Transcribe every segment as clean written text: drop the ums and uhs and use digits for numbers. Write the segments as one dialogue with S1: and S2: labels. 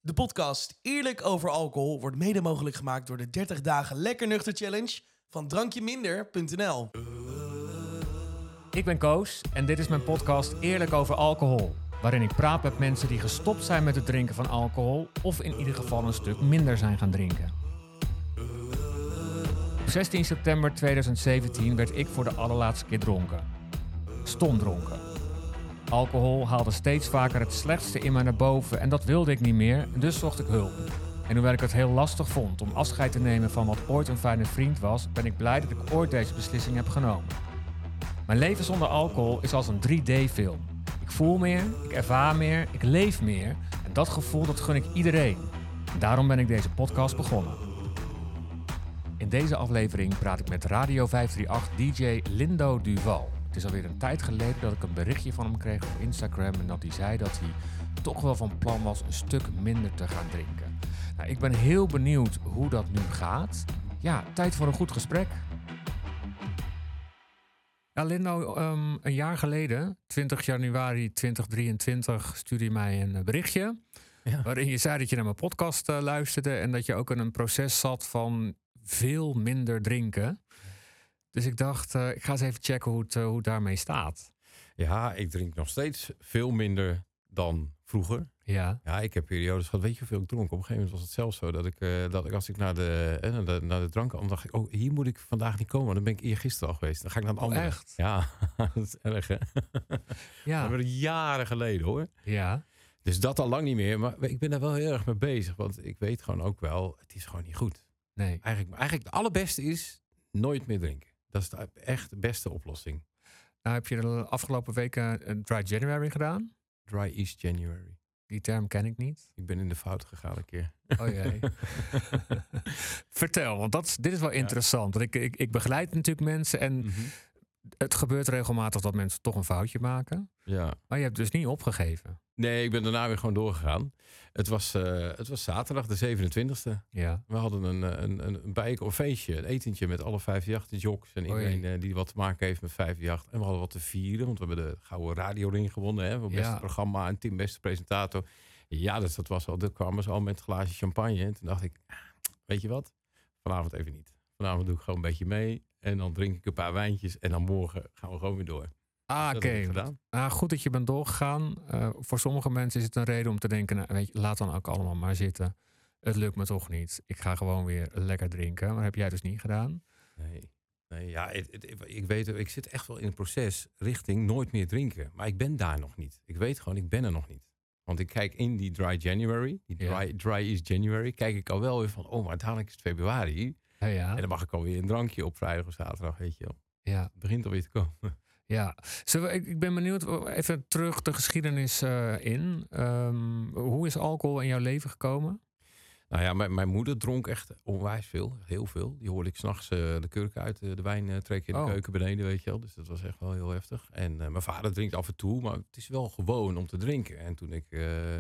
S1: De podcast Eerlijk over alcohol wordt mede mogelijk gemaakt door de 30 dagen Lekker Nuchter Challenge van drankjeminder.nl.
S2: Ik ben Koos en dit is mijn podcast Eerlijk over alcohol. Waarin ik praat met mensen die gestopt zijn met het drinken van alcohol of in ieder geval een stuk minder zijn gaan drinken. Op 16 september 2017 werd ik voor de allerlaatste keer dronken. Stomdronken. Alcohol haalde steeds vaker het slechtste in mij naar boven en dat wilde ik niet meer, dus zocht ik hulp. En hoewel ik het heel lastig vond om afscheid te nemen van wat ooit een fijne vriend was, ben ik blij dat ik ooit deze beslissing heb genomen. Mijn leven zonder alcohol is als een 3D-film. Ik voel meer, ik ervaar meer, ik leef meer en dat gevoel dat gun ik iedereen. En daarom ben ik deze podcast begonnen. In deze aflevering praat ik met Radio 538 DJ Lindo Duval. Het is alweer een tijd geleden dat ik een berichtje van hem kreeg op Instagram en dat hij zei dat hij toch wel van plan was een stuk minder te gaan drinken. Nou, ik ben heel benieuwd hoe dat nu gaat. Ja, tijd voor een goed gesprek. Ja, Lindo, een jaar geleden, 20 januari 2023, stuurde je mij een berichtje. Ja. Waarin je zei dat je naar mijn podcast luisterde en dat je ook in een proces zat van veel minder drinken. Dus ik dacht, ik ga eens even checken hoe het daarmee staat.
S3: Ja, ik drink nog steeds veel minder dan vroeger.
S2: Ja.
S3: Ja, ik heb periodes gehad. Weet je hoeveel ik dronk? Op een gegeven moment was het zelfs zo dat ik als ik naar de drank kwam, dacht ik, hier moet ik vandaag niet komen. Dan ben ik eergisteren al geweest. Dan ga ik naar het andere.
S2: Echt?
S3: Ja, dat is erg, hè?
S2: Ja.
S3: Dat was jaren geleden, hoor.
S2: Ja.
S3: Dus dat al lang niet meer. Maar ik ben daar wel heel erg mee bezig. Want ik weet gewoon ook wel, het is gewoon niet goed.
S2: Nee.
S3: Eigenlijk het allerbeste is nooit meer drinken. Dat is echt de beste oplossing.
S2: Nou, heb je de afgelopen weken een Dry January gedaan?
S3: Dry East January.
S2: Die term ken ik niet.
S3: Ik ben in de fout gegaan een keer.
S2: Oh jee. Vertel, want dit is wel interessant. Want ik begeleid natuurlijk mensen en het gebeurt regelmatig dat mensen toch een foutje maken. Ja. Maar je hebt dus niet opgegeven.
S3: Nee, ik ben daarna weer gewoon doorgegaan. Het was zaterdag, de 27e.
S2: Ja.
S3: We hadden een feestje, een etentje met alle 538 jocks. En iedereen die wat te maken heeft met 538. En we hadden wat te vieren, want we hebben de Gouden Radioring gewonnen. Hè? Beste programma en Tim beste presentator. Ja, dat was al. Daar kwamen ze al met een glaasje champagne. En toen dacht ik, weet je wat? Vanavond even niet. Vanavond doe ik gewoon een beetje mee. En dan drink ik een paar wijntjes. En dan morgen gaan we gewoon weer door.
S2: Oké. Goed dat je bent doorgegaan. Voor sommige mensen is het een reden om te denken, nou, weet je, laat dan ook allemaal maar zitten. Het lukt me toch niet. Ik ga gewoon weer lekker drinken. Maar heb jij dus niet gedaan?
S3: Nee, ja, ik weet, ik zit echt wel in een proces richting nooit meer drinken. Maar ik ben daar nog niet. Ik weet gewoon, ik ben er nog niet. Want ik kijk in die Dry January, Dry East January, kijk ik al wel weer van, maar dadelijk is het februari.
S2: Ja.
S3: En dan mag ik alweer een drankje op vrijdag of zaterdag, weet je wel.
S2: Ja.
S3: Het begint alweer te komen.
S2: Ja, ik ben benieuwd, even terug de geschiedenis in. Hoe is alcohol in jouw leven gekomen?
S3: Nou ja, mijn moeder dronk echt onwijs veel, heel veel. Die hoorde ik 's nachts de kurk uit de wijn trekken in de keuken beneden, weet je wel. Dus dat was echt wel heel heftig. En mijn vader drinkt af en toe, maar het is wel gewoon om te drinken. En toen ik,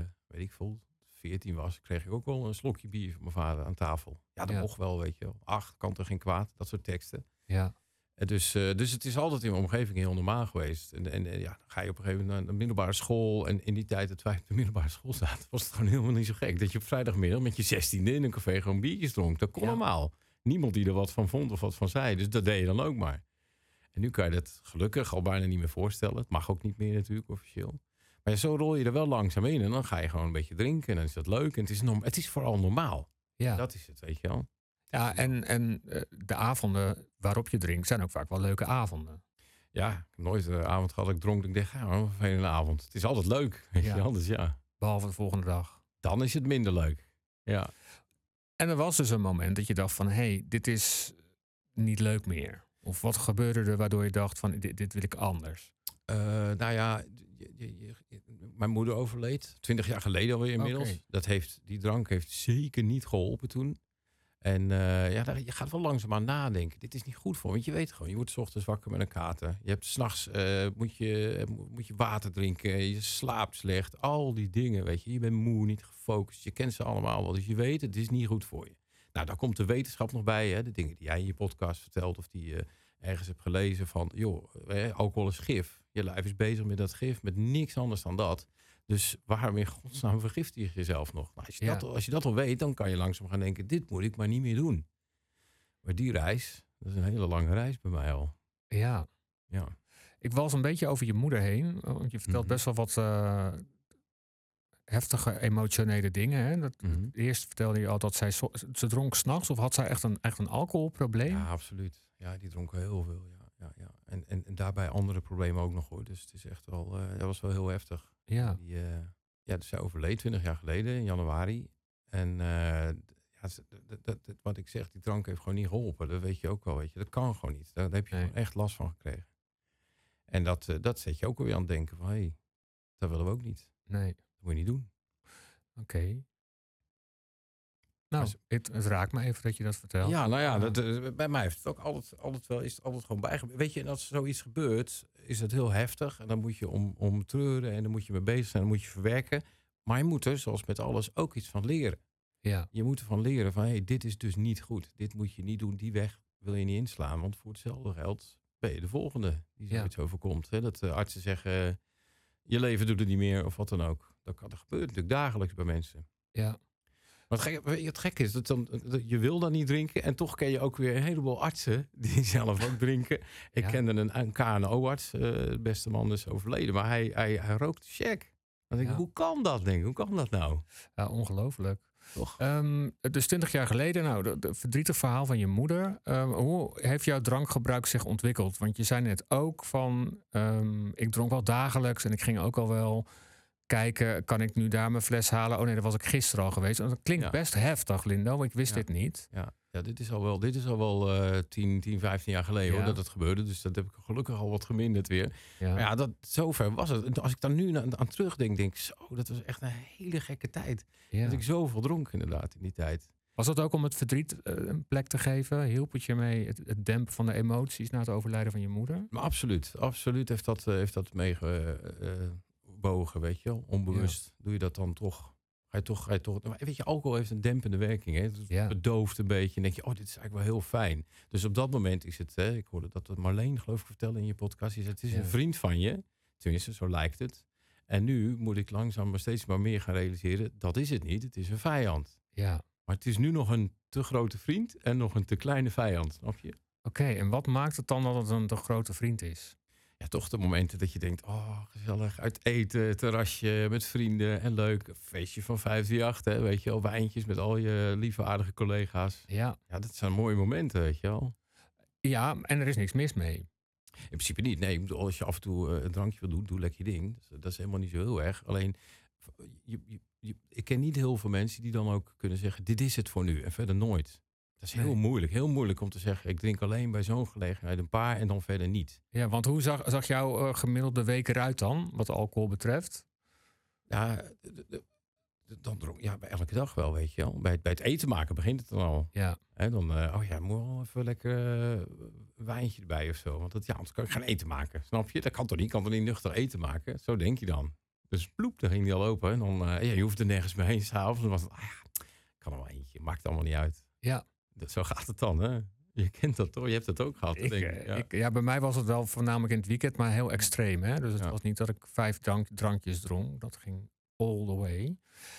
S3: 14 was, kreeg ik ook wel een slokje bier van mijn vader aan tafel. Ja, dat mocht wel, weet je wel. 8, kan toch geen kwaad, dat soort teksten.
S2: Ja.
S3: Dus het is altijd in mijn omgeving heel normaal geweest. En dan ga je op een gegeven moment naar de middelbare school. En in die tijd dat wij op de middelbare school zaten, was het gewoon helemaal niet zo gek. Dat je op vrijdagmiddag met je 16e in een café gewoon biertjes dronk. Dat kon allemaal. Niemand die er wat van vond of wat van zei. Dus dat deed je dan ook maar. En nu kan je dat gelukkig al bijna niet meer voorstellen. Het mag ook niet meer natuurlijk, officieel. Maar zo rol je er wel langzaam in. En dan ga je gewoon een beetje drinken. En dan is dat leuk. En het is vooral normaal. Ja. Dat is het, weet je wel.
S2: Ja, en de avonden waarop je drinkt zijn ook vaak wel leuke avonden.
S3: Ja, ik heb nooit een avond gehad dat ik dronk. Ik dacht, een vervelende avond. Het is altijd leuk, weet je wel. Dus ja.
S2: Behalve de volgende dag.
S3: Dan is het minder leuk, ja.
S2: En er was dus een moment dat je dacht van, dit is niet leuk meer. Of wat gebeurde er waardoor je dacht van, dit wil ik anders?
S3: Nou ja, mijn moeder overleed. 20 jaar geleden alweer inmiddels. Okay. Die drank heeft zeker niet geholpen toen. En je gaat wel langzaamaan nadenken. Dit is niet goed voor, want je weet gewoon, je wordt 's ochtends wakker met een kater. Je hebt 's nachts moet je water drinken, je slaapt slecht. Al die dingen, weet je. Je bent moe, niet gefocust. Je kent ze allemaal wel, dus je weet, het is niet goed voor je. Nou, daar komt de wetenschap nog bij, hè. De dingen die jij in je podcast vertelt of die je ergens hebt gelezen van, alcohol is gif. Je lijf is bezig met dat gif, met niks anders dan dat. Dus waarom in godsnaam vergiftig je jezelf nog? Nou, als je dat al weet, dan kan je langzaam gaan denken, dit moet ik maar niet meer doen. Maar die reis, dat is een hele lange reis bij mij al.
S2: Ja.
S3: Ja.
S2: Ik was een beetje over je moeder heen. Want je vertelt best wel wat heftige emotionele dingen. Hè? Eerst vertelde je al dat ze dronk 's nachts. Of had zij echt een alcoholprobleem?
S3: Ja, absoluut. Ja, die dronk heel veel. Ja. En daarbij andere problemen ook nog hoor. Dus het is echt wel, dat was wel heel heftig.
S2: Ja.
S3: Dus zij overleed 20 jaar geleden in januari. En wat ik zeg, die drank heeft gewoon niet geholpen. Dat weet je ook wel, weet je. Dat kan gewoon niet. Daar heb je gewoon echt last van gekregen. En dat zet je ook weer aan het denken van, hé, dat willen we ook niet.
S2: Nee.
S3: Dat moet je niet doen.
S2: Oké. Nou, het raakt me even dat je dat vertelt.
S3: Ja, nou ja, bij mij heeft het ook altijd gewoon bijgebleven. Weet je, en als zoiets gebeurt, is het heel heftig. En dan moet je om treuren en dan moet je mee bezig zijn. Dan moet je verwerken. Maar je moet er, zoals met alles, ook iets van leren.
S2: Ja.
S3: Je moet ervan leren van, hé, dit is dus niet goed. Dit moet je niet doen, die weg wil je niet inslaan. Want voor hetzelfde geld ben je de volgende die zoiets overkomt. Hè? Dat artsen zeggen, je leven doet het niet meer of wat dan ook. Dat gebeurt natuurlijk dagelijks bij mensen.
S2: Ja.
S3: Maar het gekke is, je wil dan niet drinken. En toch ken je ook weer een heleboel artsen die zelf ook drinken. Ik kende een KNO-arts, de beste man is overleden. Maar hij rookt check. Dan denk ik, hoe kan dat? Hoe kan dat nou?
S2: Ja, ongelooflijk.
S3: Toch?
S2: Dus 20 jaar geleden, nou, de verdrietig verhaal van je moeder. Hoe heeft jouw drankgebruik zich ontwikkeld? Want je zei net ook van, ik dronk wel dagelijks en ik ging ook al wel kijken, kan ik nu daar mijn fles halen? Oh nee, dat was ik gisteren al geweest. Dat klinkt best heftig, Lindo. Ik wist dit niet.
S3: Ja, dit is al wel 10, 15 jaar geleden hoor, dat het gebeurde. Dus dat heb ik gelukkig al wat geminderd weer. Ja. Maar ja, zover was het. Als ik dan nu aan terugdenk, denk ik, zo, dat was echt een hele gekke tijd.
S2: Ja.
S3: Dat ik zoveel dronk inderdaad in die tijd.
S2: Was dat ook om het verdriet een plek te geven? Hielp het je mee het dempen van de emoties na het overlijden van je moeder?
S3: Maar absoluut heeft dat meegebogen, weet je wel. Onbewust doe je dat dan toch. Ga je toch. Weet je, alcohol heeft een dempende werking. Hè? Het bedooft een beetje. En denk je, dit is eigenlijk wel heel fijn. Dus op dat moment is het, ik hoorde dat Marleen, geloof ik, vertelde in je podcast. Het is een vriend van je. Tenminste, zo lijkt het. En nu moet ik langzaam maar steeds maar meer gaan realiseren, dat is het niet. Het is een vijand.
S2: Ja.
S3: Maar het is nu nog een te grote vriend en nog een te kleine vijand, snap je?
S2: Oké, en wat maakt het dan dat het een te grote vriend is?
S3: Ja, toch de momenten dat je denkt, gezellig, uit eten, terrasje met vrienden en leuk. Een feestje van 538, hè, weet je wel, wijntjes met al je lieve aardige collega's.
S2: Ja,
S3: dat zijn mooie momenten, weet je wel.
S2: Ja, en er is niks mis mee.
S3: In principe niet. Nee, ik bedoel, als je af en toe een drankje wil doen, doe lekker je ding. Dat is helemaal niet zo heel erg. Alleen, ik ken niet heel veel mensen die dan ook kunnen zeggen, dit is het voor nu en verder nooit. Dat is heel moeilijk om te zeggen, ik drink alleen bij zo'n gelegenheid een paar en dan verder niet.
S2: Ja, want hoe zag jouw gemiddelde week eruit dan, wat alcohol betreft?
S3: Ja, dan dronk bij elke dag wel, weet je wel. Bij het eten maken begint het dan al.
S2: Ja.
S3: En dan, moet wel even lekker een wijntje erbij of zo. Want anders kan ik geen eten maken, snap je? Dat kan toch niet? Ik kan toch niet nuchter eten maken? Zo denk je dan. Dus ploep, dan ging die al open. En dan, je hoeft er nergens mee heen s'avonds. Dan was het, ik kan er wel eentje, maakt allemaal niet uit.
S2: Ja.
S3: Zo gaat het dan, hè? Je kent dat toch? Je hebt dat ook gehad.
S2: Bij mij was het wel voornamelijk in het weekend, maar heel extreem. Hè? Dus het was niet dat ik 5 drankjes dronk. Dat ging all the way.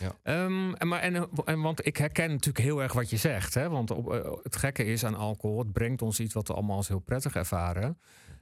S2: Ja. Want ik herken natuurlijk heel erg wat je zegt. Hè? Want het gekke is aan alcohol, het brengt ons iets wat we allemaal als heel prettig ervaren.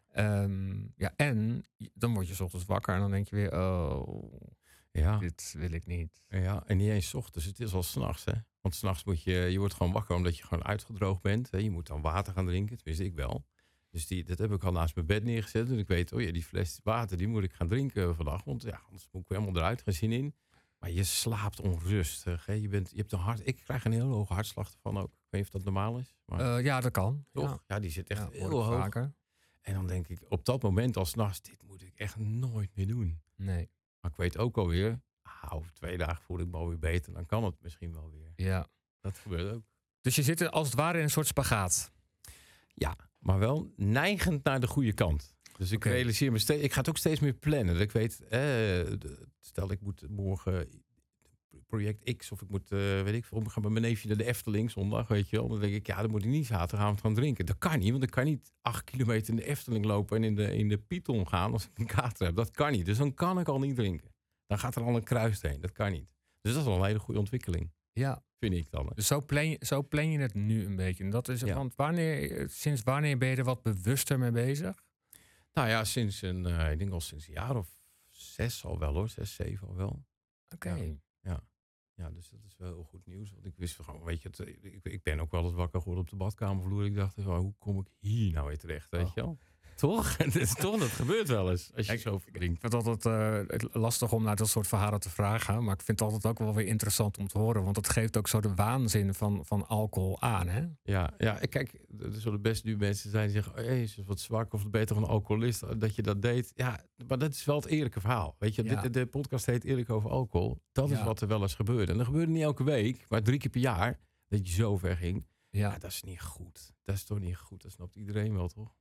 S2: En dan word je 's ochtends wakker en dan denk je weer, dit wil ik niet.
S3: Ja, en niet eens 's ochtends, het is al 's nachts, hè? Want 's nachts je wordt gewoon wakker omdat je gewoon uitgedroogd bent. Hè? Je moet dan water gaan drinken, tenminste ik wel. Dus dat heb ik al naast mijn bed neergezet. En ik weet, die fles water, die moet ik gaan drinken vandaag. Want anders moet ik helemaal eruit, geen zin in. Maar je slaapt onrustig. Hè? Je hebt ik krijg een heel hoge hartslag ervan ook. Ik weet niet of dat normaal is. Maar
S2: dat kan.
S3: Toch? Ja, die zit echt heel hoog.
S2: Vaker.
S3: En dan denk ik, op dat moment als 's nachts, dit moet ik echt nooit meer doen.
S2: Nee.
S3: Maar ik weet ook alweer, over 2 dagen voel ik me alweer beter. Dan kan het misschien wel weer.
S2: Ja.
S3: Dat gebeurt ook.
S2: Dus je zit als het ware in een soort spagaat.
S3: Ja, maar wel neigend naar de goede kant. Dus ik realiseer me steeds, ik ga het ook steeds meer plannen. Dat ik weet, stel ik moet morgen project X of ik moet, ik ga met mijn neefje naar de Efteling zondag, weet je wel. Dan denk ik, dan moet ik niet zaterdagavond gaan drinken. Dat kan niet, want ik kan niet 8 kilometer in de Efteling lopen en in de Python gaan als ik een kater heb. Dat kan niet, dus dan kan ik al niet drinken. Dan gaat er al een kruis heen. Dat kan niet. Dus dat is wel een hele goede ontwikkeling.
S2: Ja.
S3: Vind ik dan.
S2: Dus zo plan je het nu een beetje. En dat is, want sinds wanneer ben je er wat bewuster mee bezig?
S3: Nou ja, ik denk al sinds een jaar of 6 al wel hoor. 6, 7 al wel.
S2: Oké.
S3: Ja, dus dat is wel heel goed nieuws. Want ik wist gewoon, weet je, ik ben ook wel eens wakker geworden op de badkamervloer. Ik dacht, hoe kom ik hier nou weer terecht, weet je wel? Toch? Dat gebeurt wel eens, als je zo verdrinkt.
S2: Ik vind het altijd lastig om naar dat soort verhalen te vragen. Maar ik vind het altijd ook wel weer interessant om te horen. Want het geeft ook zo de waanzin van alcohol aan, hè?
S3: Ja, kijk, er zullen best nu mensen zijn die zeggen... Hey, is wat zwak of beter een alcoholist dat je dat deed. Ja, maar dat is wel het eerlijke verhaal. Weet je, de podcast heet Eerlijk over alcohol. Dat is wat er wel eens gebeurde. En dat gebeurde niet elke week, maar 3 keer per jaar... dat je zo ver ging. Ja, dat is niet goed. Dat is toch niet goed? Dat snapt iedereen wel, toch?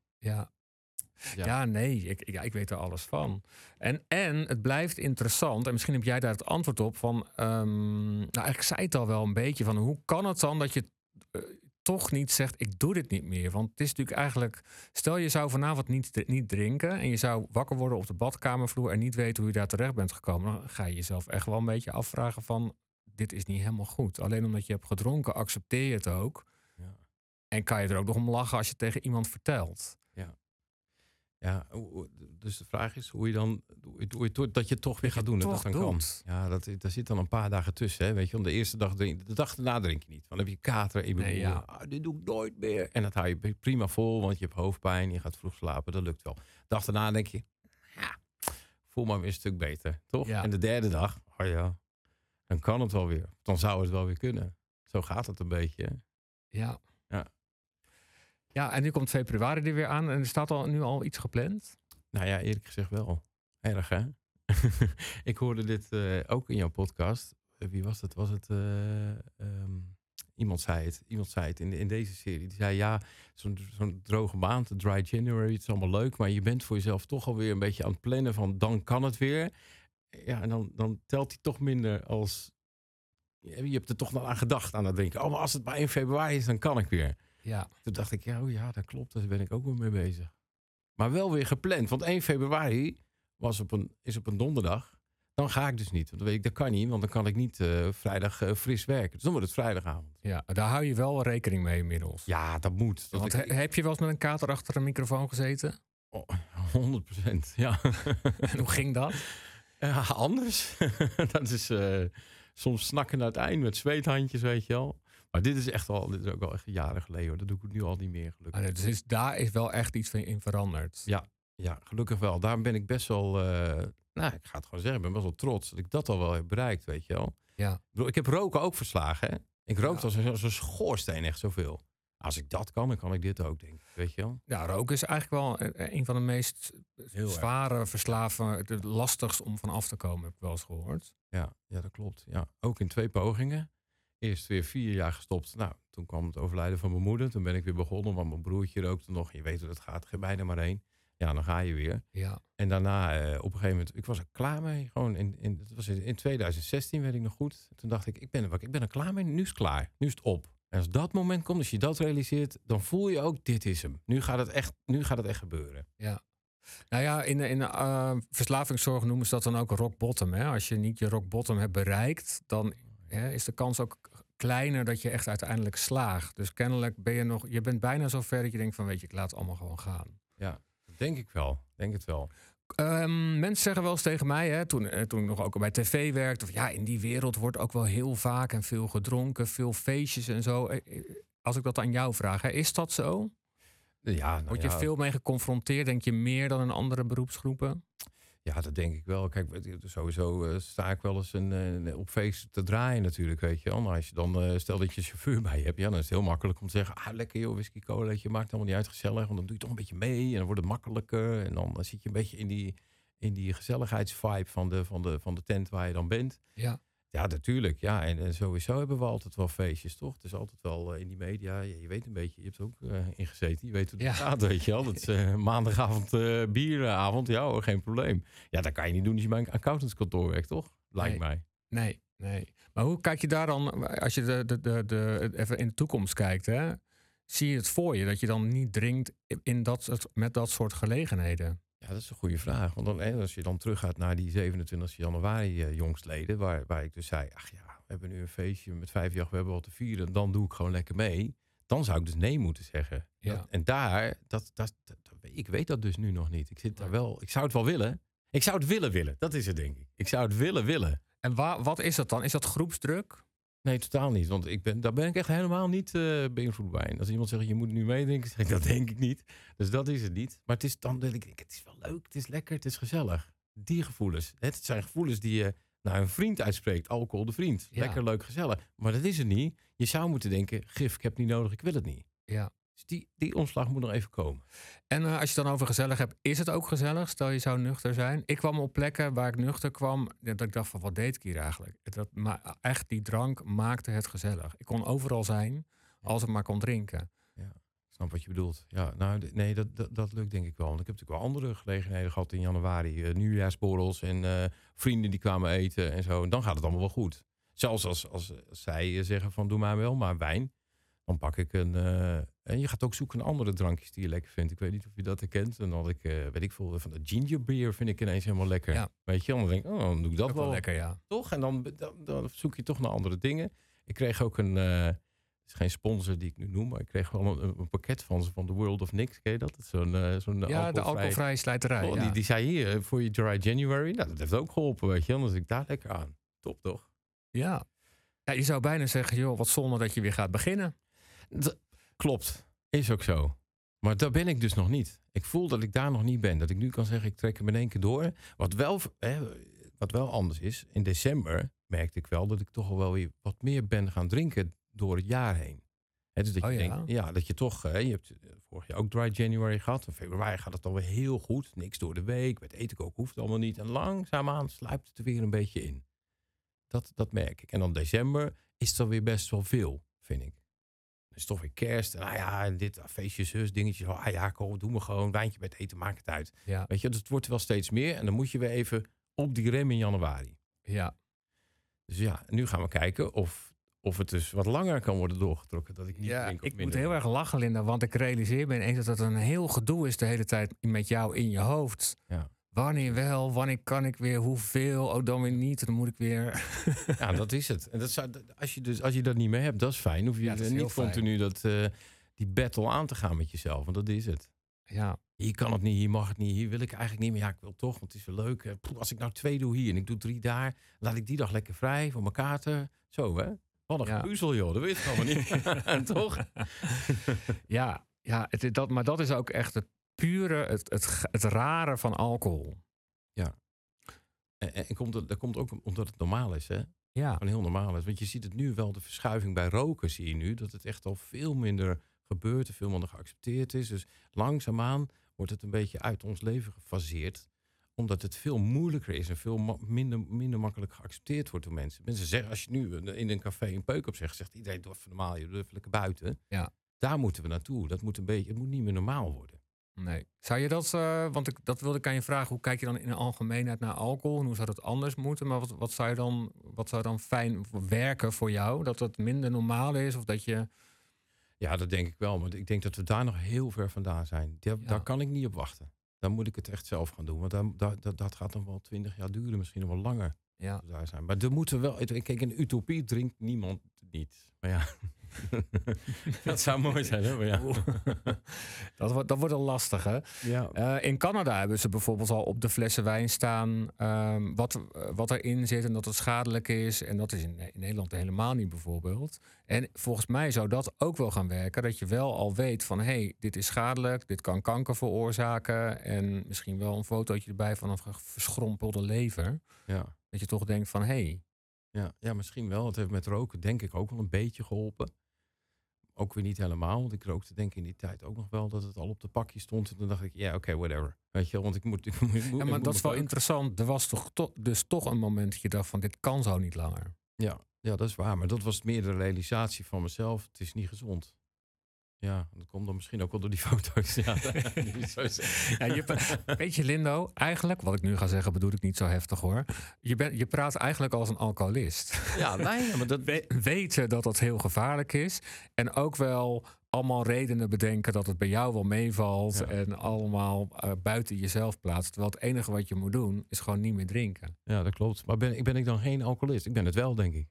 S2: Ja, nee, ik weet er alles van. En het blijft interessant. En misschien heb jij daar het antwoord op van... ik zei het al wel een beetje van... hoe kan het dan dat je toch niet zegt... ik doe dit niet meer? Want het is natuurlijk eigenlijk... stel je zou vanavond niet drinken... en je zou wakker worden op de badkamervloer... en niet weten hoe je daar terecht bent gekomen... dan ga je jezelf echt wel een beetje afvragen van... dit is niet helemaal goed. Alleen omdat je hebt gedronken, accepteer je het ook. Ja. En kan je er ook nog om lachen als je het tegen iemand vertelt.
S3: Ja, dus de vraag is hoe je dan dat je het toch weer gaat doen. Dat dan kan. Ja, daar zit dan een paar dagen tussen. Hè, weet je, want de eerste dag de dag erna drink je niet. Dan heb je kater in je dit doe ik nooit meer. En dat hou je prima vol, want je hebt hoofdpijn, je gaat vroeg slapen, dat lukt wel. De dag daarna denk je, voel maar weer een stuk beter, toch? Ja. En de derde dag, dan kan het wel weer. Dan zou het wel weer kunnen. Zo gaat het een beetje. Hè?
S2: Ja. Ja, en nu komt februari er weer aan en er staat nu al iets gepland?
S3: Nou ja, eerlijk gezegd wel. Erg, hè? Ik hoorde dit ook in jouw podcast. Wie was het? Iemand zei het in deze serie. Die zei, zo'n droge maand, dry January, het is allemaal leuk, maar je bent voor jezelf toch alweer een beetje aan het plannen van, dan kan het weer. Ja, en dan telt hij toch minder als... Je hebt er toch nog aan gedacht, aan het denken. Maar als het maar 1 februari is, dan kan ik weer.
S2: Ja.
S3: Toen dacht ik, dat klopt, daar ben ik ook wel mee bezig. Maar wel weer gepland, want 1 februari is op een donderdag. Dan ga ik dus niet, want dan weet ik, dat kan niet, want dan kan ik niet vrijdag fris werken. Dus dan wordt het vrijdagavond. Ja,
S2: daar hou je wel rekening mee inmiddels.
S3: Ja, dat moet.
S2: Heb je wel eens met een kater achter een microfoon gezeten?
S3: 100%, ja.
S2: En hoe ging dat?
S3: Anders. Dat is soms snakken naar het eind met zweethandjes, weet je wel. Maar dit is ook wel echt jaren geleden hoor. Dat doe ik nu al niet meer, gelukkig.
S2: Dus daar is wel echt iets in veranderd.
S3: Ja, gelukkig wel. Daar ben ik best wel, ik ga het gewoon zeggen, ik ben best wel trots dat ik dat al wel heb bereikt, weet je wel.
S2: Ja.
S3: Ik heb roken ook verslagen, hè. Ik rookte als een schoorsteen echt zoveel. Als ik dat kan, dan kan ik dit ook, denk ik, weet je wel.
S2: Ja, roken is eigenlijk wel een van de meest zware verslavingen, het lastigst om van af te komen, heb ik wel eens gehoord.
S3: Ja, dat klopt. Ja. Ook in 2 pogingen. Eerst weer 4 jaar gestopt. Nou, toen kwam het overlijden van mijn moeder. Toen ben ik weer begonnen, want mijn broertje rookte nog. Je weet hoe dat gaat, bijna maar 1. Ja, dan ga je weer.
S2: Ja.
S3: En daarna, op een gegeven moment, ik was er klaar mee. Gewoon dat was in 2016, weet ik nog goed. Toen dacht ik ben er klaar mee. Nu is het klaar. Nu is het op. En als dat moment komt, als je dat realiseert, dan voel je ook, dit is hem. Nu gaat het echt gebeuren.
S2: Ja. Nou ja, in verslavingszorg noemen ze dat dan ook rock bottom. Hè? Als je niet je rock bottom hebt bereikt, dan is de kans ook kleiner dat je echt uiteindelijk slaagt. Dus kennelijk je bent bijna zo ver dat je denkt van, weet je, ik laat het allemaal gewoon gaan.
S3: Ja, denk ik wel. Denk het wel.
S2: Mensen zeggen wel eens tegen mij, hè, toen ik nog ook bij tv werkte, of in die wereld wordt ook wel heel vaak en veel gedronken, veel feestjes en zo. Als ik dat aan jou vraag, is dat zo?
S3: Ja,
S2: word je veel mee geconfronteerd? Denk je meer dan in andere beroepsgroepen?
S3: Ja, dat denk ik wel. Kijk, sowieso sta ik wel eens op feesten te draaien natuurlijk, weet je wel. Maar als je dan, stel dat je chauffeur bij je hebt, dan is het heel makkelijk om te zeggen, lekker joh, whisky, cola, maakt allemaal niet uit, gezellig. Want dan doe je toch een beetje mee en dan wordt het makkelijker. En dan zit je een beetje in die gezelligheidsvibe van de tent waar je dan bent.
S2: Ja.
S3: Ja, natuurlijk. Ja, en sowieso hebben we altijd wel feestjes, toch? Het is altijd wel in die media. Ja, je weet een beetje, je hebt er ook ingezeten. Je weet hoe het gaat, weet je wel. Dat is maandagavond bieravond. Ja hoor, geen probleem. Ja, dat kan je niet doen als je bij een accountantskantoor werkt, toch? Lijkt mij.
S2: Nee. Maar hoe kijk je daar dan, als je even in de toekomst kijkt, hè? Zie je het voor je, dat je dan niet drinkt met dat soort gelegenheden?
S3: Ja, dat is een goede vraag. Want dan, als je dan teruggaat naar die 27 januari jongstleden... Waar ik dus zei, ach ja, we hebben nu een feestje met 5 jaar, we hebben wat te vieren... dan doe ik gewoon lekker mee. Dan zou ik dus nee moeten zeggen.
S2: Ja.
S3: En daar, ik weet dat dus nu nog niet. Ik zit daar wel, ik zou het wel willen. Ik zou het willen. Dat is het, denk ik. Ik zou het willen.
S2: En wat is dat dan? Is dat groepsdruk?
S3: Nee, totaal niet. Want daar ben ik echt helemaal niet beïnvloed bij. En als iemand zegt, je moet nu meedenken, zeg ik, dat denk ik niet. Dus dat is het niet. Maar het is dan dat ik denk, het is wel leuk, het is lekker, het is gezellig. Die gevoelens. Het zijn gevoelens die je naar een vriend uitspreekt. Alcohol de vriend.
S2: Ja.
S3: Lekker, leuk, gezellig. Maar dat is het niet. Je zou moeten denken, gif, ik heb het niet nodig, ik wil het niet.
S2: Ja.
S3: Dus die omslag moet nog even komen.
S2: En als je het dan over gezellig hebt, is het ook gezellig? Stel je zou nuchter zijn. Ik kwam op plekken waar ik nuchter kwam, dat ik dacht van, wat deed ik hier eigenlijk? Maar echt, die drank maakte het gezellig. Ik kon overal zijn, als ik maar kon drinken.
S3: Ja, ik snap wat je bedoelt. Ja, nou, nee, dat lukt denk ik wel. Want ik heb natuurlijk wel andere gelegenheden gehad in januari. Nieuwjaarsborrels en vrienden die kwamen eten en zo. En dan gaat het allemaal wel goed. Zelfs als zij zeggen van, doe maar wijn. Dan pak ik en je gaat ook zoeken naar andere drankjes die je lekker vindt. Ik weet niet of je dat herkent. En dan had ik, weet ik veel, van de ginger beer vind ik ineens helemaal lekker.
S2: Ja.
S3: Weet je, dan denk ik, dan doe ik dat
S2: Ook
S3: wel.
S2: lekker, ja.
S3: Toch? En dan zoek je toch naar andere dingen. Ik kreeg ook het is geen sponsor die ik nu noem, maar ik kreeg wel een pakket van ze van The World of Niks. Ken je dat? Zo'n
S2: Ja, de alcoholvrije slijterij.
S3: Oh,
S2: Ja.
S3: die zei hier, voor je Dry January. Nou, dat heeft ook geholpen, weet je. Dan zit ik daar lekker aan. Top, toch?
S2: Ja. Ja, je zou bijna zeggen, joh, wat zonde dat je weer gaat beginnen.
S3: Klopt, is ook zo. Maar daar ben ik dus nog niet. Ik voel dat ik daar nog niet ben. Dat ik nu kan zeggen, ik trek hem in één keer door. Wat wel anders is, in december merkte ik wel dat ik toch wel weer wat meer ben gaan drinken door het jaar heen. Dus dat je denkt, dat je toch, je hebt vorig jaar ook Dry January gehad. In februari gaat het alweer heel goed. Niks door de week, met eten ook hoeft allemaal niet. En langzaamaan sluipt het er weer een beetje in. Dat merk ik. En dan december is het dan weer best wel veel, vind ik. Het is toch weer kerst. En dit feestjes, zus, dingetjes. Kom, doe me gewoon. Wijntje met eten, maakt het uit.
S2: Ja.
S3: Weet je, dus het wordt wel steeds meer. En dan moet je weer even op die rem in januari.
S2: Ja.
S3: Dus ja, nu gaan we kijken of het dus wat langer kan worden doorgetrokken. Dat ik niet drink.
S2: Ik moet heel erg lachen, Linda. Want ik realiseer me ineens dat het een heel gedoe is de hele tijd met jou in je hoofd.
S3: Ja.
S2: Wanneer wel, wanneer kan ik weer, hoeveel, oh dan weer niet, dan moet ik weer...
S3: Ja, dat is het. En als je dat niet meer hebt, dat is fijn. Hoef je niet continu die battle aan te gaan met jezelf. Want dat is het.
S2: Ja.
S3: Hier kan het niet, hier mag het niet, hier wil ik eigenlijk niet. Maar ja, ik wil toch, want het is wel leuk. Als ik nou 2 doe hier en ik doe 3 daar, laat ik die dag lekker vrij voor mijn kaarten. Zo, hè? Wat een gepuzzel, joh. Dat weet je allemaal niet. Toch?
S2: Ja, maar dat is ook echt het pure, het rare van alcohol.
S3: Ja. En dat komt ook omdat het normaal is, hè?
S2: Ja.
S3: Gewoon heel normaal is. Want je ziet het nu wel, de verschuiving bij roken zie je nu. Dat het echt al veel minder gebeurt en veel minder geaccepteerd is. Dus langzaamaan wordt het een beetje uit ons leven gefaseerd. Omdat het veel moeilijker is en veel minder makkelijk geaccepteerd wordt door mensen. Mensen zeggen, als je nu in een café een peuk op zegt iedereen, doe even normaal, je doet even lekker buiten.
S2: Ja.
S3: Daar moeten we naartoe. Het moet niet meer normaal worden.
S2: Nee. Zou je dat, dat wilde ik aan je vragen, hoe kijk je dan in de algemeenheid naar alcohol en hoe zou dat anders moeten? Maar wat zou dan fijn werken voor jou? Dat het minder normaal is of dat je...
S3: Ja, dat denk ik wel. Maar ik denk dat we daar nog heel ver vandaan zijn. Daar kan ik niet op wachten. Dan moet ik het echt zelf gaan doen. Want dat gaat dan wel 20 jaar duren, misschien nog wel langer.
S2: Ja.
S3: Daar zijn. Maar er moeten wel... Kijk, in utopie drinkt niemand niet. Maar ja... dat zou mooi zijn, hè? Maar ja.
S2: Dat wordt al lastig, hè?
S3: Ja.
S2: In Canada hebben ze bijvoorbeeld al op de flessen wijn staan wat erin zit en dat het schadelijk is. En dat is in Nederland helemaal niet bijvoorbeeld. En volgens mij zou dat ook wel gaan werken. Dat je wel al weet van, dit is schadelijk, dit kan kanker veroorzaken. En misschien wel een fotootje erbij van een verschrompelde lever.
S3: Ja.
S2: Dat je toch denkt van,
S3: Ja, misschien wel. Het heeft met roken denk ik ook wel een beetje geholpen. Ook weer niet helemaal, want ik rookte denk ik in die tijd ook nog wel dat het al op de pakje stond. En toen dacht ik, oké, whatever. Weet je, want ik moet
S2: maar dat is wel interessant. Er was toch een moment dat je dacht van, dit kan zo niet langer.
S3: Ja, dat is waar. Maar dat was meer de realisatie van mezelf. Het is niet gezond. Ja, dat komt dan misschien ook wel door die foto's. Ja,
S2: weet je, Lindo, eigenlijk, wat ik nu ga zeggen, bedoel ik niet zo heftig hoor. Je praat eigenlijk als een alcoholist.
S3: Ja, nee, maar dat...
S2: Weten dat dat heel gevaarlijk is. En ook wel allemaal redenen bedenken dat het bij jou wel meevalt.
S3: Ja.
S2: En allemaal buiten jezelf plaatst. Terwijl het enige wat je moet doen is gewoon niet meer drinken.
S3: Ja, dat klopt. Maar ben ik dan geen alcoholist? Ik ben het wel, denk ik.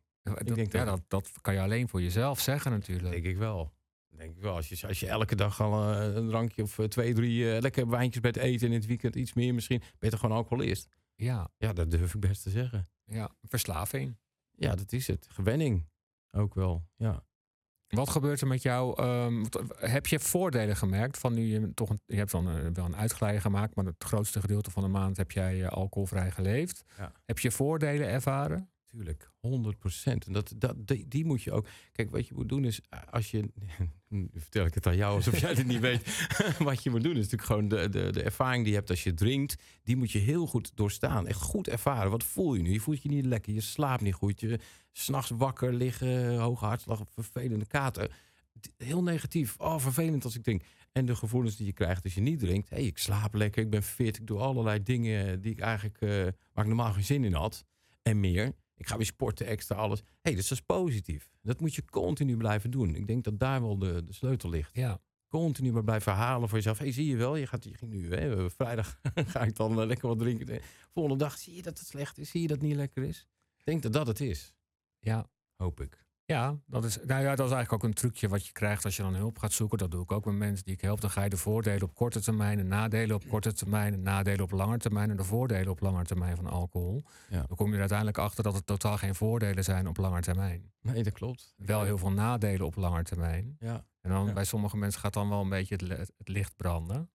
S2: Dat kan je alleen voor jezelf zeggen natuurlijk.
S3: Denk ik wel. Denk ik wel. Als je elke dag al een drankje of 2, 3 lekker wijntjes bent eten en in het weekend iets meer misschien, ben je toch gewoon alcoholist?
S2: Ja,
S3: Ja, dat durf ik best te zeggen.
S2: ja, verslaving.
S3: Ja, dat is het. Gewenning ook wel, ja.
S2: Wat gebeurt er met jou? Heb je voordelen gemerkt van nu je toch je hebt dan wel een uitglijder gemaakt, maar het grootste gedeelte van de maand heb jij alcoholvrij geleefd.
S3: Ja.
S2: Heb je voordelen ervaren?
S3: Tuurlijk, 100%. En die moet je ook. Kijk, wat je moet doen is, als je. Nu vertel ik het aan jou alsof jij het niet weet. Wat je moet doen is natuurlijk gewoon de ervaring die je hebt als je drinkt. Die moet je heel goed doorstaan. Echt goed ervaren. Wat voel je nu? Je voelt je niet lekker. Je slaapt niet goed. Je 's nachts wakker liggen, hoge hartslag, vervelende kater. Heel negatief. Oh, vervelend als ik drink. En de gevoelens die je krijgt als je niet drinkt. Hey, ik slaap lekker, ik ben fit. Ik doe allerlei dingen die ik eigenlijk waar ik normaal geen zin in had. En meer. Ik ga weer sporten, extra alles. Hey, dus dat is positief. Dat moet je continu blijven doen. Ik denk dat daar wel de sleutel ligt.
S2: Ja.
S3: Continu maar blijven herhalen voor jezelf. Hey, zie je wel, je ging nu, vrijdag ga ik dan lekker wat drinken. Volgende dag, zie je dat het slecht is? Zie je dat het niet lekker is? Ik denk dat dat het is.
S2: Ja.
S3: Hoop ik.
S2: Ja, dat is eigenlijk ook een trucje wat je krijgt als je dan hulp gaat zoeken. Dat doe ik ook met mensen die ik help. Dan ga je de voordelen op korte termijn, de nadelen op korte termijn, de nadelen op lange termijn en de voordelen op lange termijn van alcohol.
S3: Ja.
S2: Dan kom je er uiteindelijk achter dat het totaal geen voordelen zijn op lange termijn.
S3: Nee, dat klopt.
S2: Wel heel veel nadelen op lange termijn.
S3: Ja.
S2: En dan bij sommige mensen gaat dan wel een beetje het licht branden.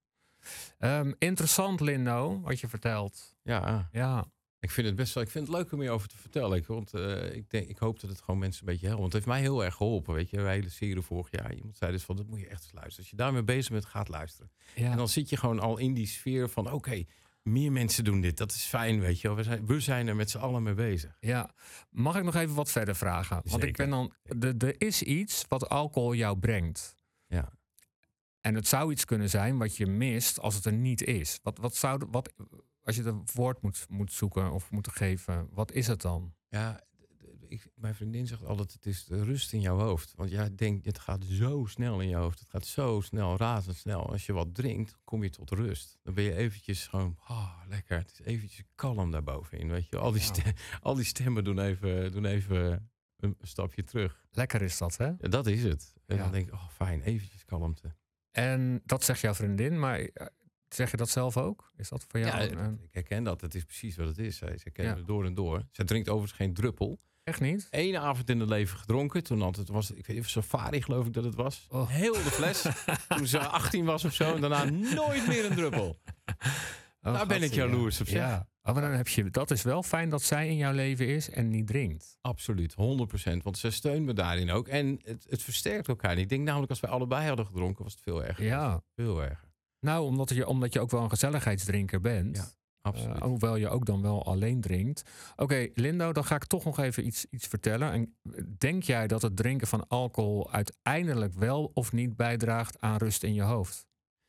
S2: Interessant, Lindo, wat je vertelt.
S3: Ja.
S2: Ja.
S3: Ik vind het best wel. Ik vind het leuk om meer over te vertellen. Want ik hoop dat het gewoon mensen een beetje helpt. Want het heeft mij heel erg geholpen. Weet je, een hele serie vorig jaar. Iemand zei dus van, dat moet je echt eens luisteren. Als je daarmee bezig bent, gaat luisteren.
S2: Ja.
S3: En dan zit je gewoon al in die sfeer van, oké, meer mensen doen dit. Dat is fijn, weet je wel. We zijn er met z'n allen mee bezig.
S2: Ja, mag ik nog even wat verder vragen? Want
S3: Zeker.
S2: ik ben dan. Er is iets wat alcohol jou brengt.
S3: Ja.
S2: En het zou iets kunnen zijn wat je mist als het er niet is. Als je het woord moet zoeken of moet geven, wat is het dan?
S3: Ja, mijn vriendin zegt altijd, het is de rust in jouw hoofd. Want jij denkt, het gaat zo snel in je hoofd. Het gaat zo snel, razendsnel. Als je wat drinkt, kom je tot rust. Dan ben je eventjes gewoon, lekker. Het is eventjes kalm daarbovenin, weet je. Al die stemmen doen even een stapje terug.
S2: Lekker is dat, hè?
S3: Ja, dat is het. En
S2: Ja.
S3: dan denk ik, fijn, eventjes kalmte.
S2: En dat zegt jouw vriendin, maar zeg je dat zelf ook? Is dat voor jou?
S3: Ja, ik herken dat. Het is precies wat het is. Ze kennen het door en door. Zij drinkt overigens geen druppel.
S2: Echt niet?
S3: Eén avond in het leven gedronken. Toen was ik weet niet of Safari geloof ik dat het was.
S2: Oh.
S3: Heel de fles. Toen ze 18 was of zo. En daarna nooit meer een druppel. Daar ben ik jaloers op, zeg.
S2: Ja. Maar dan dat is wel fijn dat zij in jouw leven is en niet drinkt.
S3: Absoluut, 100%. Want ze steunt me daarin ook. En het versterkt elkaar. Ik denk namelijk als wij allebei hadden gedronken was het veel erger.
S2: Ja.
S3: Veel erger.
S2: Nou, omdat je ook wel een gezelligheidsdrinker bent.
S3: Ja, absoluut.
S2: Hoewel je ook dan wel alleen drinkt. Oké, Lindo, dan ga ik toch nog even iets vertellen. En denk jij dat het drinken van alcohol uiteindelijk wel of niet bijdraagt aan rust in je hoofd?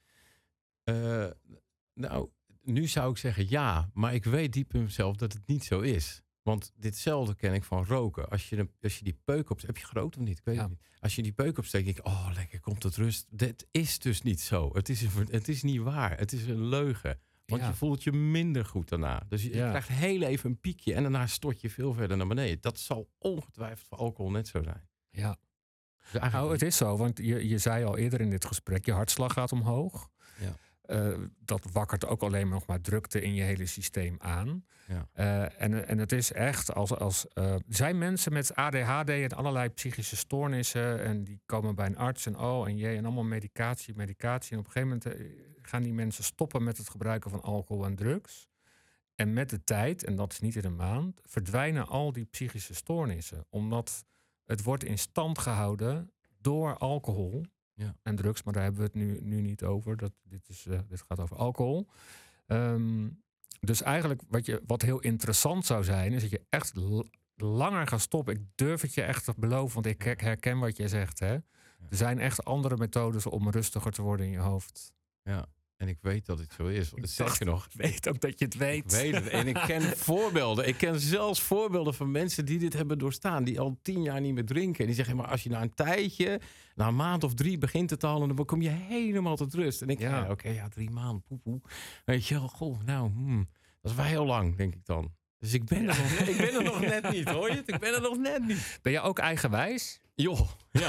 S3: Nou, nu zou ik zeggen ja. Maar ik weet diep in mezelf dat het niet zo is. Want ditzelfde ken ik van roken. Als je die peuk opsteekt... Heb je gerookt of niet? Ik weet het niet. Als je die peuk opsteekt, denk ik... lekker, komt tot rust. Dat is dus niet zo. Het is niet waar. Het is een leugen. Want je voelt je minder goed daarna. Dus je krijgt heel even een piekje. En daarna stort je veel verder naar beneden. Dat zal ongetwijfeld voor alcohol net zo zijn.
S2: Ja.
S3: Dus
S2: het is zo. Want je zei al eerder in dit gesprek... je hartslag gaat omhoog.
S3: Ja.
S2: Dat wakkert ook alleen nog maar drukte in je hele systeem aan.
S3: Ja.
S2: En het is echt zijn mensen met ADHD en allerlei psychische stoornissen en die komen bij een arts en en allemaal medicatie. En op een gegeven moment gaan die mensen stoppen met het gebruiken van alcohol en drugs. En met de tijd, en dat is niet in een maand, verdwijnen al die psychische stoornissen. Omdat het wordt in stand gehouden door alcohol.
S3: Ja.
S2: En drugs, maar daar hebben we het nu niet over. Dit gaat over alcohol. Dus eigenlijk wat heel interessant zou zijn... is dat je echt langer gaat stoppen. Ik durf het je echt te beloven, want ik herken wat je zegt. Hè? Er zijn echt andere methodes om rustiger te worden in je hoofd.
S3: Ja. En ik weet dat het zo is. Sterker nog,
S2: Ik weet ook dat je het weet.
S3: ik weet het. En ik ken voorbeelden. Ik ken zelfs voorbeelden van mensen die dit hebben doorstaan. Die al 10 jaar niet meer drinken. En die zeggen, maar als je na een tijdje, na een maand of 3 begint te talen, dan kom je helemaal tot rust. En ik denk, oké, 3 maanden, poepoe. Weet je wel, goh, nou, dat is wel heel lang, denk ik dan. Dus ik ben er nog net niet, hoor je het? Ik ben er nog net niet.
S2: Ben je ook eigenwijs?
S3: Joh.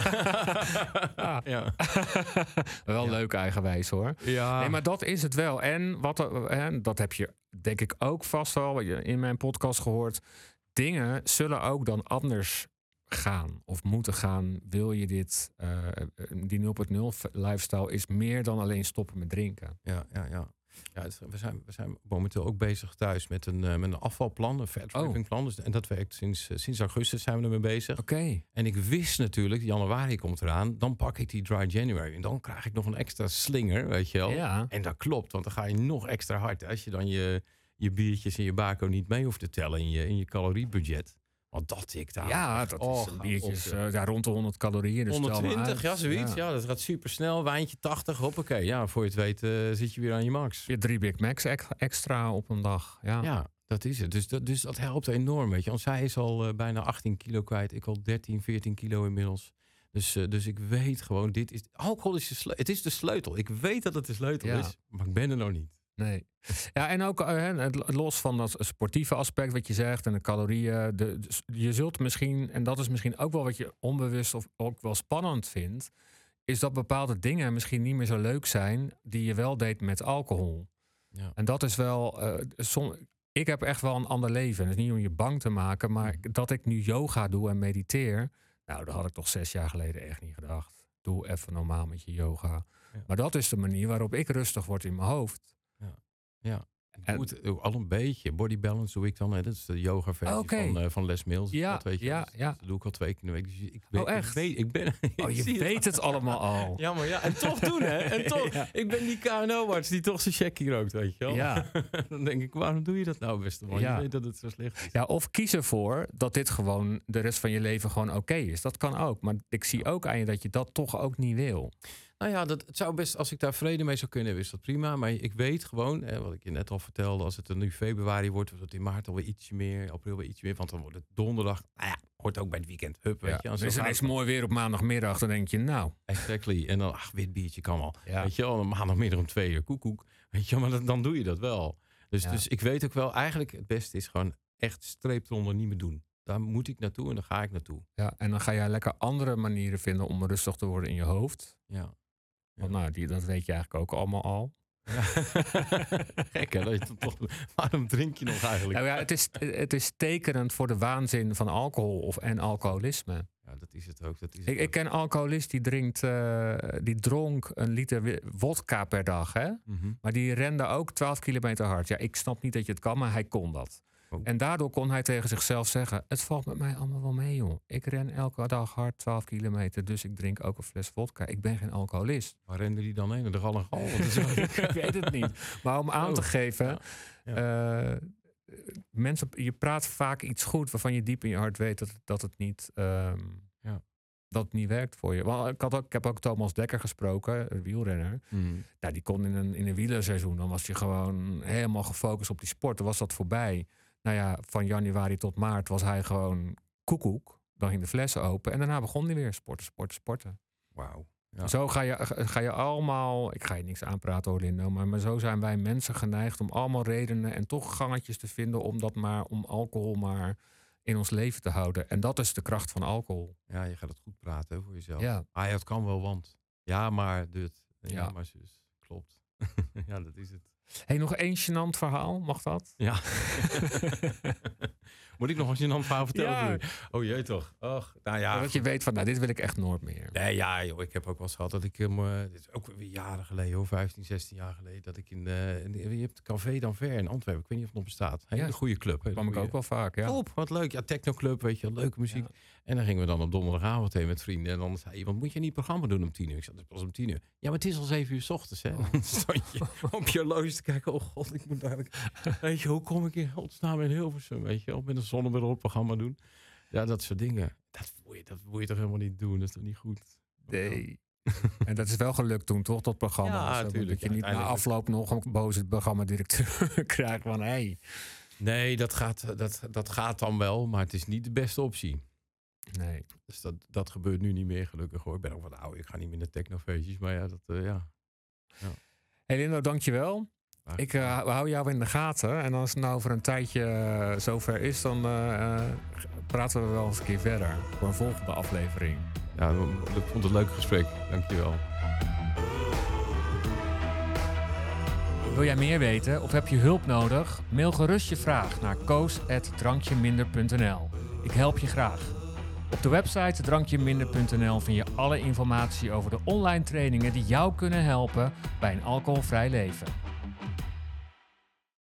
S3: Ja.
S2: Wel leuk eigenwijs, hoor.
S3: Ja.
S2: Nee, maar dat is het wel. En dat heb je denk ik ook vast wel in mijn podcast gehoord. Dingen zullen ook dan anders gaan of moeten gaan. Wil je dit? Die 0.0 lifestyle is meer dan alleen stoppen met drinken.
S3: Ja. We zijn momenteel ook bezig thuis met een afvalplan, een fat-trapping plan. Dus, en dat werkt sinds augustus zijn we ermee bezig.
S2: Oké.
S3: En ik wist natuurlijk, januari komt eraan, dan pak ik die dry January. En dan krijg ik nog een extra slinger, weet je wel.
S2: Ja.
S3: En dat klopt, want dan ga je nog extra hard. Als je dan je biertjes en je bako niet mee hoeft te tellen in je caloriebudget. Want dat tikt aan.
S2: Ja, dat is biertjes rond de 100 calorieën. Dus
S3: 120, ja, zoiets. Ja, dat gaat super snel. Wijntje 80, hoppakee. Ja, voor je het weet zit je weer aan je max.
S2: Je 3 Big Macs extra op een dag. Ja,
S3: dat is het. Dus dat helpt enorm, weet je. Want zij is al bijna 18 kilo kwijt. Ik al 13, 14 kilo inmiddels. Dus ik weet gewoon, alcohol is het is de sleutel. Ik weet dat het de sleutel is, maar ik ben er nog niet.
S2: Nee. Ja, en ook los van dat sportieve aspect wat je zegt en de calorieën. Je zult misschien, en dat is misschien ook wel wat je onbewust of ook wel spannend vindt, is dat bepaalde dingen misschien niet meer zo leuk zijn die je wel deed met alcohol. Ja. En dat is wel, ik heb echt wel een ander leven. Dus niet om je bang te maken, maar dat ik nu yoga doe en mediteer, nou, dat had ik toch 6 jaar geleden echt niet gedacht. Doe even normaal met je yoga. Ja. Maar dat is de manier waarop ik rustig word in mijn hoofd.
S3: Ja. Al een beetje. Body balance doe ik dan. Dat is de yoga versie van Les Mills.
S2: Ja,
S3: dat weet je.
S2: Ja.
S3: Dat doe ik al 2 keer in de week. Dus
S2: echt?
S3: Je
S2: weet het allemaal al.
S3: Ja, maar ja. En toch doen, hè. En toch. Ja. Ik ben die KNO-arts die toch zijn checkie rookt, weet je wel. Ja. Dan denk ik, waarom doe je dat nou, beste man? Ja. Je weet dat het zo slecht is.
S2: Ja, of kies ervoor dat dit gewoon de rest van je leven gewoon oké is. Dat kan ook. Maar ik zie ook aan je dat je dat toch ook niet wil.
S3: Nou ja, het zou best, als ik daar vrede mee zou kunnen, is dat prima. Maar ik weet gewoon, wat ik je net al vertelde, als het er nu februari wordt, wordt het in maart alweer ietsje meer, april weer iets meer. Want dan wordt het donderdag, hoort ook bij het weekend. Hup, weet je.
S2: Als het is ineens mooi weer op maandagmiddag, dan denk je, nou.
S3: Exactly. En dan, wit biertje kan al. Ja. Weet je wel, maandagmiddag om 2 uur, koekoek. Weet je wel, maar dan doe je dat wel. Dus ik weet ook wel, eigenlijk het beste is gewoon echt streep eronder niet meer doen. Daar moet ik naartoe en daar ga ik naartoe.
S2: Ja, en dan ga jij lekker andere manieren vinden om rustig te worden in je hoofd.
S3: Ja.
S2: Want dat weet je eigenlijk ook allemaal al.
S3: Ja. Gek hè, dat je toch, waarom drink je nog eigenlijk?
S2: Nou ja, het is tekenend voor de waanzin van alcohol en alcoholisme.
S3: Ja, dat is het ook.
S2: Ik ken een alcoholist die dronk 1 liter wodka per dag. Hè? Mm-hmm. Maar die rende ook 12 kilometer hard. Ja, ik snap niet dat je het kan, maar hij kon dat. Oh. En daardoor kon hij tegen zichzelf zeggen, het valt met mij allemaal wel mee, joh. Ik ren elke dag hard 12 kilometer, dus ik drink ook een fles vodka. Ik ben geen alcoholist.
S3: Waar rende die dan heen? De Gallengal?
S2: Ik weet het niet. Maar om aan te geven, mensen, je praat vaak iets goed waarvan je diep in je hart weet dat het niet... dat het niet werkt voor je. Want ik heb ook Thomas Dekker gesproken, een wielrenner. Mm. Nou, die kon in een wielerseizoen, dan was je gewoon helemaal gefocust op die sport. Dan was dat voorbij. Nou ja, van januari tot maart was hij gewoon koekoek. Dan ging de flessen open en daarna begon hij weer sporten.
S3: Wauw. Ja.
S2: Zo ga je allemaal... Ik ga je niks aanpraten hoor, Lindo. Maar zo zijn wij mensen geneigd om allemaal redenen en toch gangetjes te vinden om alcohol maar in ons leven te houden. En dat is de kracht van alcohol.
S3: Ja, je gaat het goed praten voor jezelf.
S2: Ja.
S3: Het kan wel, want. Ja, maar dit. Ja, maar zus. Klopt. Ja, dat is het.
S2: Hey, nog 1 gênant verhaal, mag dat?
S3: Ja. Moet ik nog een gênant verhaal vertellen?
S2: Ja.
S3: Oh jee toch. Och, nou ja.
S2: Dat je weet van, dit wil ik echt nooit meer.
S3: Nee, ja joh, ik heb ook wel eens gehad dat ik dit is ook weer jaren geleden hoor, 15, 16 jaar geleden, dat ik je hebt Café d'Anvers in Antwerpen, ik weet niet of het nog bestaat. Hele goede club.
S2: Dat kwam ik ook wel vaak, ja.
S3: Top, wat leuk. Ja, technoclub, weet je, leuke muziek. Ja. En dan gingen we dan op donderdagavond heen met vrienden. En dan zei iemand, moet je niet programma doen om 10 uur? Ik zei, dat was om 10 uur. Ja, maar het is al 7 uur 's ochtends, hè. Dan stond je op je horloge te kijken. Oh god, ik moet eigenlijk... Weet je, hoe kom ik in godsnaam in Hilversum, weet je? Of met een zonnebril op programma doen. Ja, dat soort dingen. Dat moet je toch helemaal niet doen? Dat is toch niet goed?
S2: Nee. En dat is wel gelukt toen, toch? Dat programma.
S3: Ja,
S2: Dus
S3: tuurlijk.
S2: dat je niet na
S3: Uiteindelijk
S2: afloop nog een boze programmadirecteur krijgt van... Hey.
S3: Nee, dat gaat dan wel, maar het is niet de beste optie.
S2: Nee.
S3: Dus dat gebeurt nu niet meer, gelukkig hoor. Ik ben ook wat oud, ik ga niet meer naar technofeestjes, maar ja,
S2: Hey Lindo, dankjewel. Ik hou jou in de gaten. En als het nou over een tijdje zover is, dan praten we wel eens een keer verder. Voor een volgende aflevering.
S3: Ja, ik vond het een leuk gesprek. Dankjewel.
S2: Wil jij meer weten of heb je hulp nodig? Mail gerust je vraag naar koos@drankjeminder.nl. Ik help je graag. Op de website drankjeminder.nl vind je alle informatie over de online trainingen die jou kunnen helpen bij een alcoholvrij leven.